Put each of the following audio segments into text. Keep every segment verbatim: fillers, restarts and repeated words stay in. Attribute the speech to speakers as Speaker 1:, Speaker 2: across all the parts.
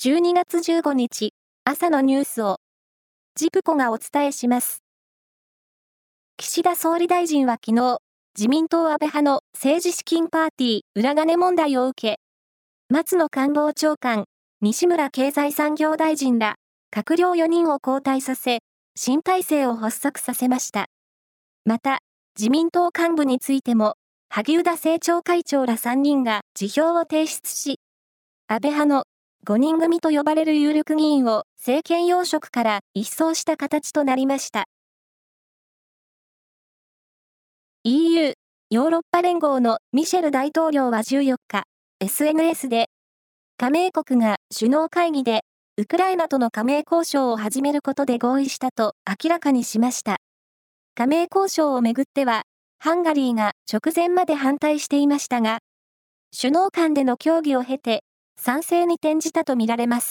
Speaker 1: じゅうにがつじゅうごにち、朝のニュースを、ジプコがお伝えします。岸田総理大臣は昨日、自民党安倍派の政治資金パーティー裏金問題を受け、松野官房長官、西村経済産業大臣ら、閣僚よにんを交代させ、新体制を発足させました。また、自民党幹部についても、萩生田政調会長らさんにんが辞表を提出し、安倍派のごにん組と呼ばれる有力議員を政権要職から一掃した形となりました。イーユー、ヨーロッパ連合のミシェル大統領はじゅうよっか、エスエヌエス で、加盟国が首脳会議で、ウクライナとの加盟交渉を始めることで合意したと明らかにしました。加盟交渉をめぐっては、ハンガリーが直前まで反対していましたが、首脳間での協議を経て、賛成に転じたとみられます。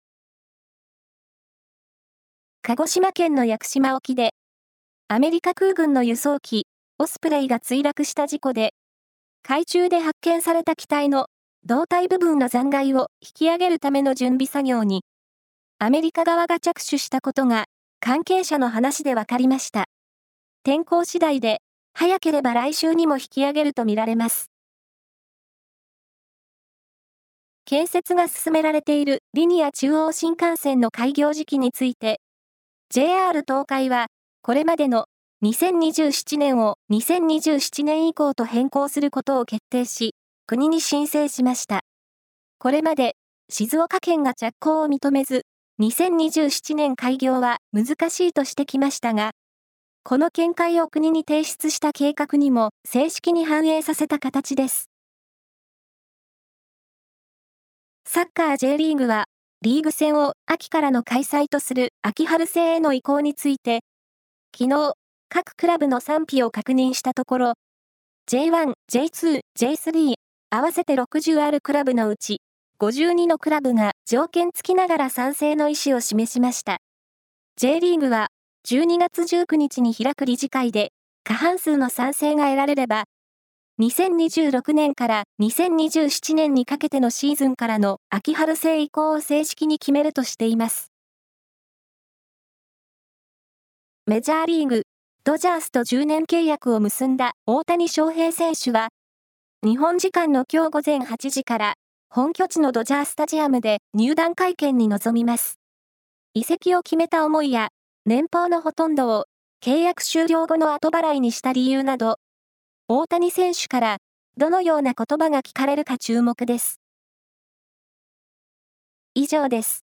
Speaker 1: 鹿児島県の屋久島沖で、アメリカ空軍の輸送機、オスプレイが墜落した事故で、海中で発見された機体の胴体部分の残骸を引き上げるための準備作業に、アメリカ側が着手したことが関係者の話で分かりました。天候次第で、早ければ来週にも引き上げるとみられます。建設が進められているリニア中央新幹線の開業時期について、ジェイアール 東海は、これまでのにせんにじゅうななねんをにせんにじゅうななねん以降と変更することを決定し、国に申請しました。これまで、静岡県が着工を認めず、にせんにじゅうななねん開業は難しいとしてきましたが、この見解を国に提出した計画にも正式に反映させた形です。サッカー J リーグは、リーグ戦を秋からの開催とする秋春制への移行について、昨日、各クラブの賛否を確認したところ、ジェイワン、ジェイツー、ジェイスリー、合わせてろくじゅうあるクラブのうち、ごじゅうにのクラブが条件付きながら賛成の意思を示しました。J リーグは、じゅうにがつじゅうくにちに開く理事会で、過半数の賛成が得られれば、にせんにじゅうろくねんからにせんにじゅうななねんにかけてのシーズンからの秋春制移行を正式に決めるとしています。メジャーリーグ、ドジャースとじゅうねん契約を結んだ大谷翔平選手は、日本時間の今日午前はちじから、本拠地のドジャースタジアムで入団会見に臨みます。移籍を決めた思いや、年俸のほとんどを契約終了後の後払いにした理由など、大谷選手からどのような言葉が聞かれるか注目です。以上です。